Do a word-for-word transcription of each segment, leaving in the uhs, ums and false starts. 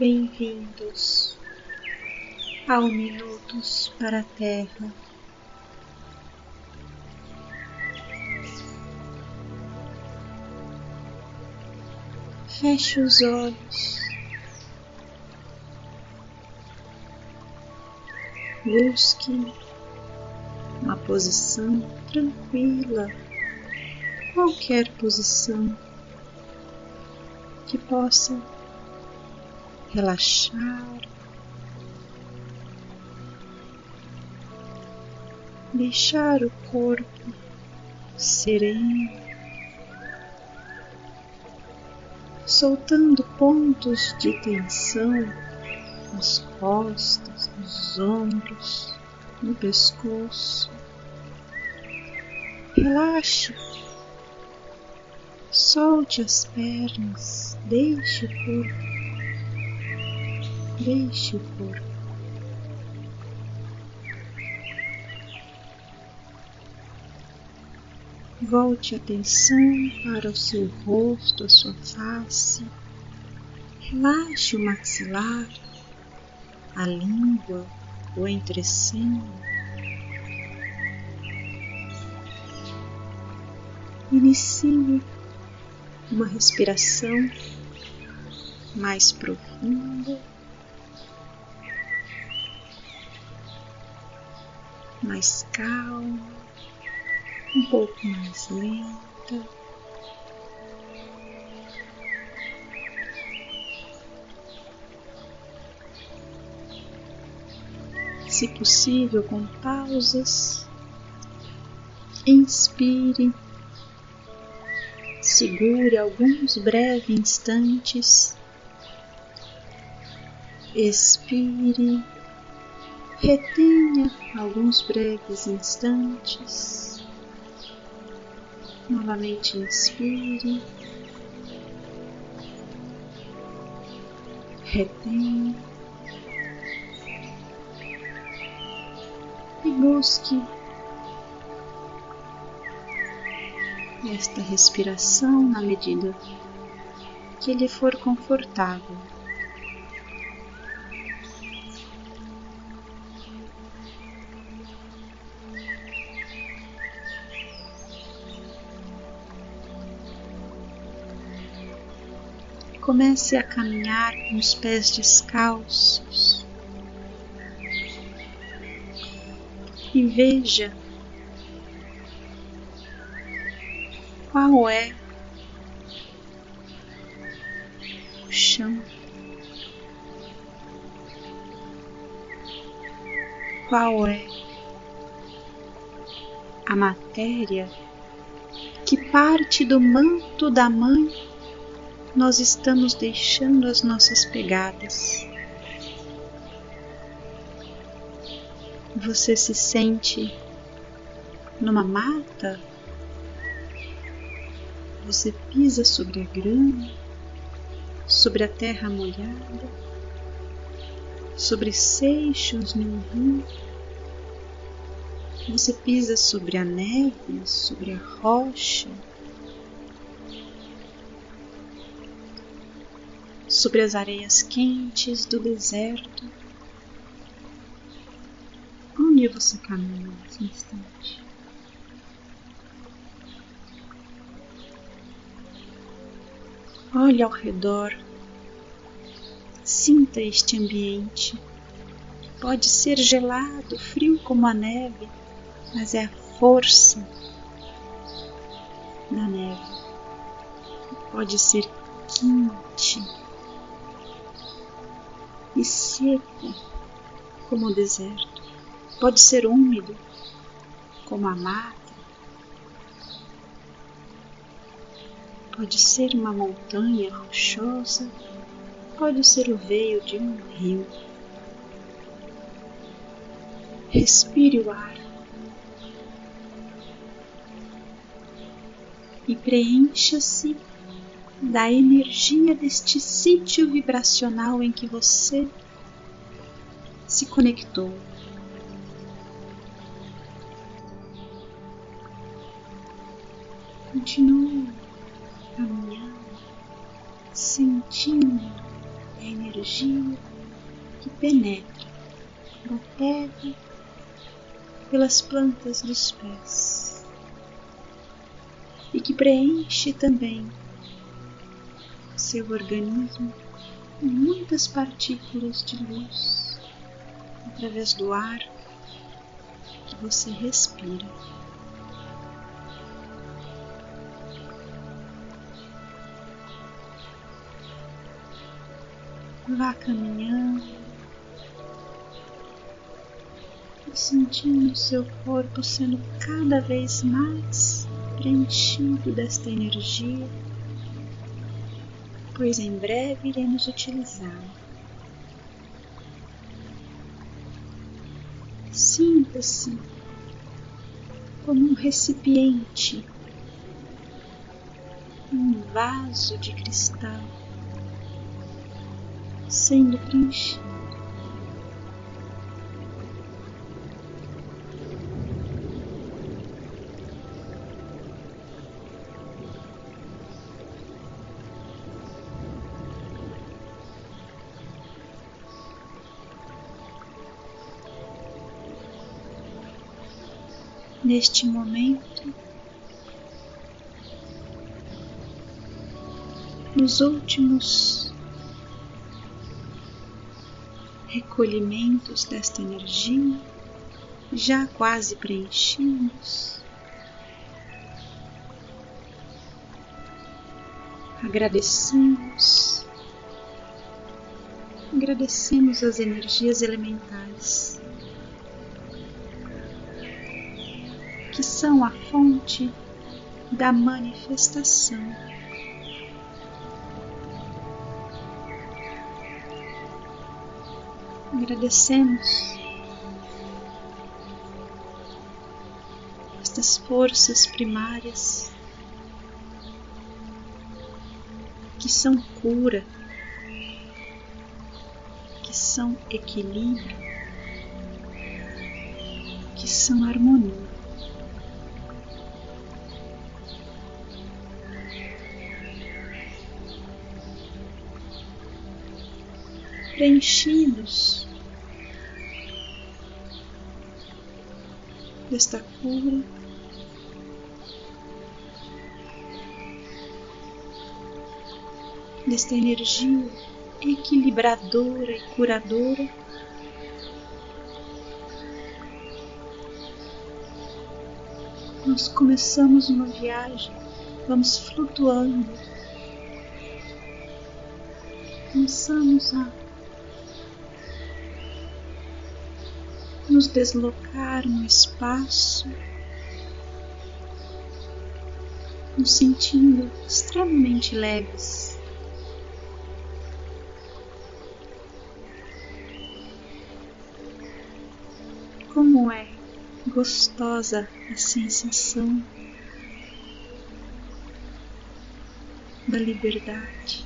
Bem-vindos ao Minutos para a Terra. Feche os olhos, busque uma posição tranquila, qualquer posição que possa relaxar, deixar o corpo sereno, soltando pontos de tensão nas costas, nos ombros, no pescoço. Relaxe, solte as pernas, deixe o corpo. Deixe o corpo. Volte a atenção para o seu rosto, a sua face. Relaxe o maxilar, a língua, o entrecejo. Inicie uma respiração mais profunda, mais calma, um pouco mais lenta. Se possível, com pausas. Inspire, segure alguns breves instantes. Expire. Retenha alguns breves instantes. Novamente inspire. Retenha. E busque esta respiração na medida que lhe for confortável. Comece a caminhar com os pés descalços e veja qual é o chão, qual é a matéria, que parte do manto da mãe nós estamos deixando as nossas pegadas. Você se sente numa mata? Você pisa sobre a grama, sobre a terra molhada, sobre seixos num rio? Você pisa sobre a neve, sobre a rocha, sobre as areias quentes do deserto? Onde você caminha nesse instante? Olhe ao redor, sinta este ambiente. Pode ser gelado, frio como a neve, mas é a força da neve. Pode ser quente e seco como o deserto. Pode ser úmido como a mata. Pode ser uma montanha rochosa. Pode ser o veio de um rio. Respire o ar e preencha-se da energia deste sítio vibracional em que você se conectou. Continue caminhando, sentindo a energia energia que penetra da terra pelas plantas dos pés e que preenche também seu organismo com muitas partículas de luz através do ar que você respira. Vá caminhando e sentindo seu corpo sendo cada vez mais preenchido desta energia, pois em breve iremos utilizá-la. Sinta-se como um recipiente, um vaso de cristal sendo preenchido. Neste momento, nos últimos recolhimentos desta energia, já quase preenchidos, agradecemos, agradecemos as energias elementais, que são a fonte da manifestação. Agradecemos estas forças primárias que são cura, que são equilíbrio, que são harmonia. Preenchidos desta cura, desta energia equilibradora e curadora, nós começamos uma viagem, vamos flutuando, começamos a nos deslocar no espaço, nos sentindo extremamente leves. Como é gostosa a sensação da liberdade.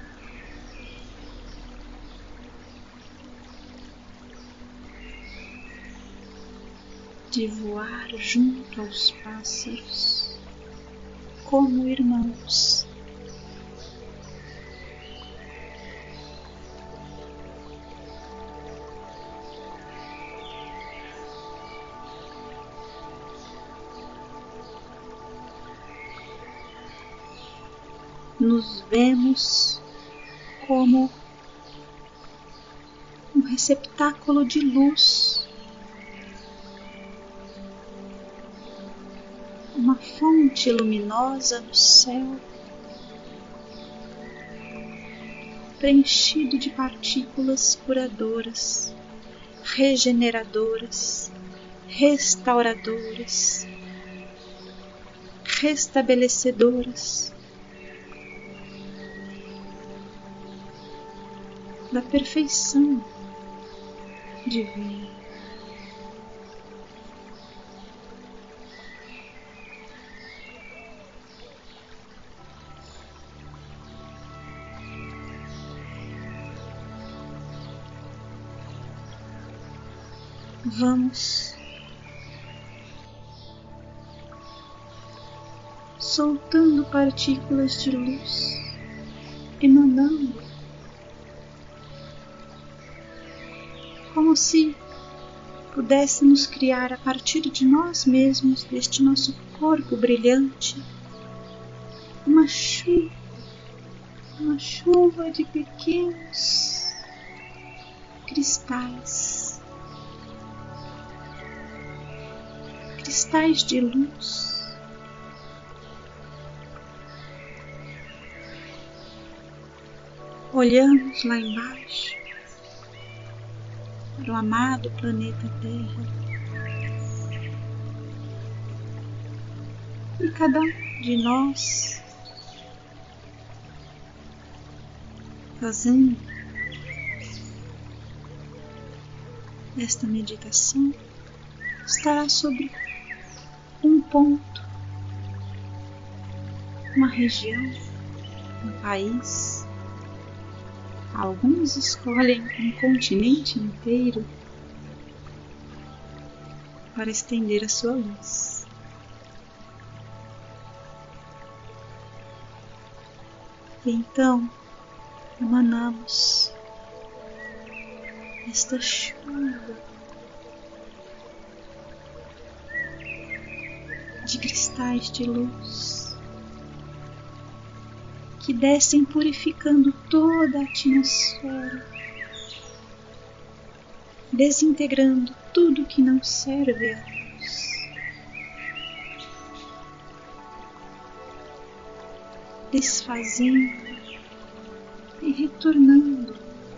De voar junto aos pássaros, como irmãos. Nos vemos como um receptáculo de luz, uma fonte luminosa no céu, preenchido de partículas curadoras, regeneradoras, restauradoras, restabelecedoras da perfeição divina. Vamos soltando partículas de luz, emanando como se pudéssemos criar a partir de nós mesmos, deste nosso corpo brilhante, uma chuva, uma chuva de pequenos cristais, cristais de luz. Olhamos lá embaixo para o amado planeta Terra e cada um de nós fazendo esta meditação estará sobre um ponto, uma região, um país. Alguns escolhem um continente inteiro para estender a sua luz. E então emanamos esta chuva de cristais de luz que descem purificando toda a atmosfera, desintegrando tudo que não serve à luz, desfazendo e retornando,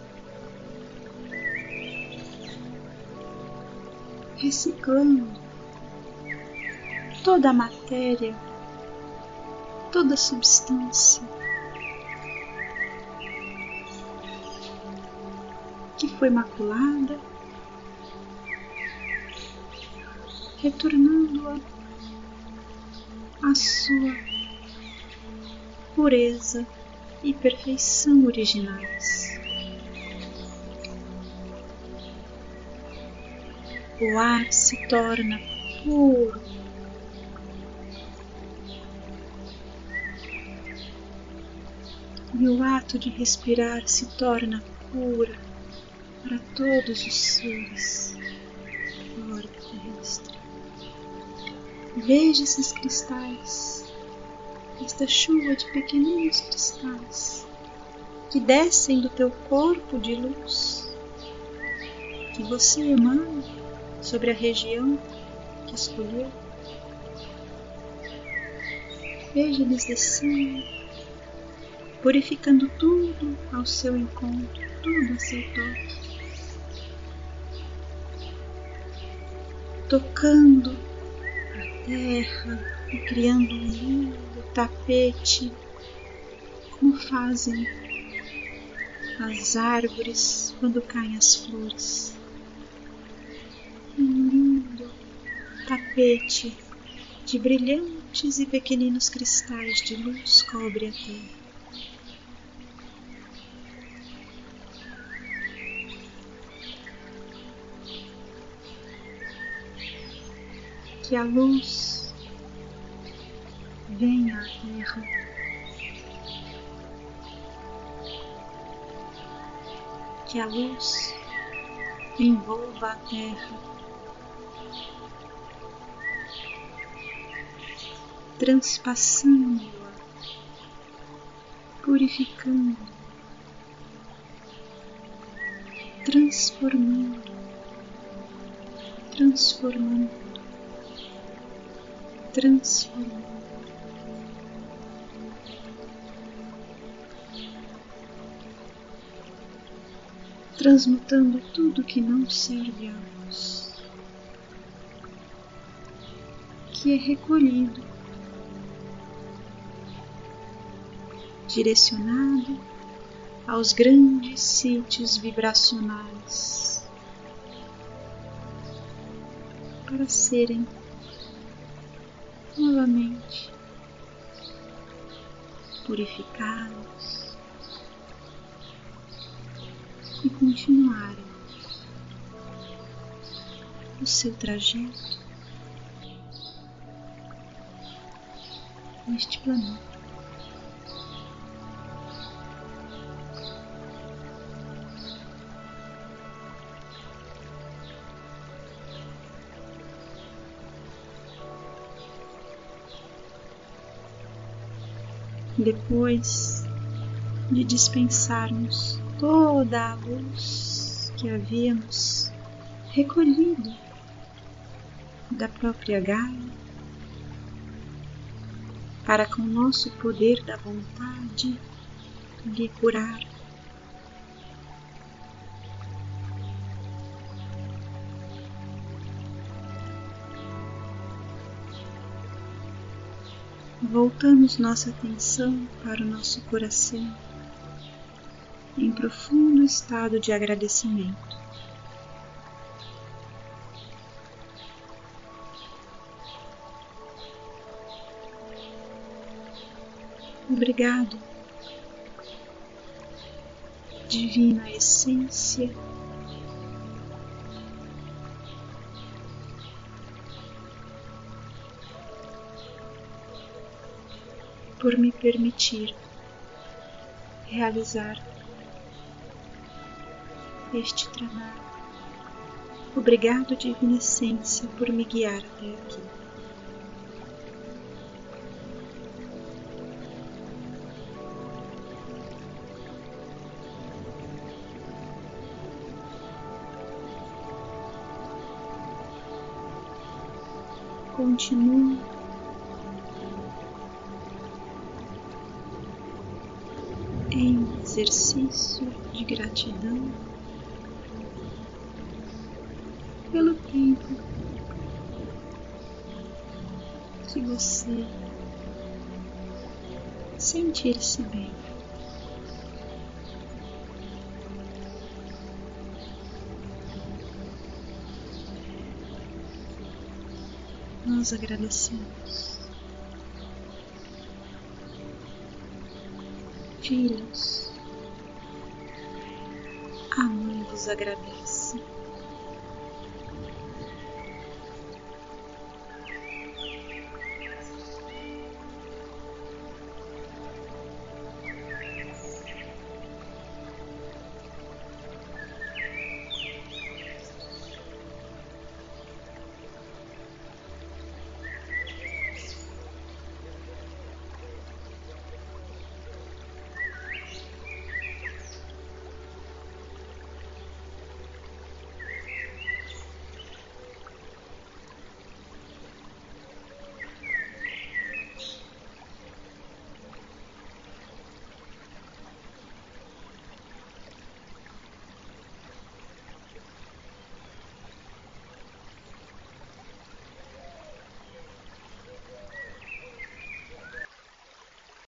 reciclando toda a matéria, toda a substância que foi maculada, retornando-a à sua pureza e perfeição originais. O ar se torna puro, e o ato de respirar se torna cura para todos os seres do orbe terrestre. Veja esses cristais, esta chuva de pequeninos cristais que descem do teu corpo de luz, que você emana sobre a região que escolheu. Veja eles descendo, purificando tudo ao seu encontro, tudo a seu toque, tocando a terra e criando um lindo tapete, como fazem as árvores quando caem as flores. Um lindo tapete de brilhantes e pequeninos cristais de luz cobre a terra. Que a luz venha à terra, que a luz envolva a terra, transpassando-a, purificando, transformando, transformando, transformando. Transmutando tudo que não serve à luz, que é recolhido, direcionado aos grandes sítios vibracionais, para serem novamente purificados e continuarem o seu trajeto neste planeta. Depois de dispensarmos toda a luz que havíamos recolhido da própria Gaia, para com o nosso poder da vontade lhe curar, voltamos nossa atenção para o nosso coração em profundo estado de agradecimento. Obrigado, Divina Essência, por me permitir realizar este trabalho. Obrigado, Divina Essência, por me guiar até aqui. Continuo em exercício de gratidão pelo tempo que você sentir-se bem. Nós agradecemos. Filhos, a mãe vos agradece.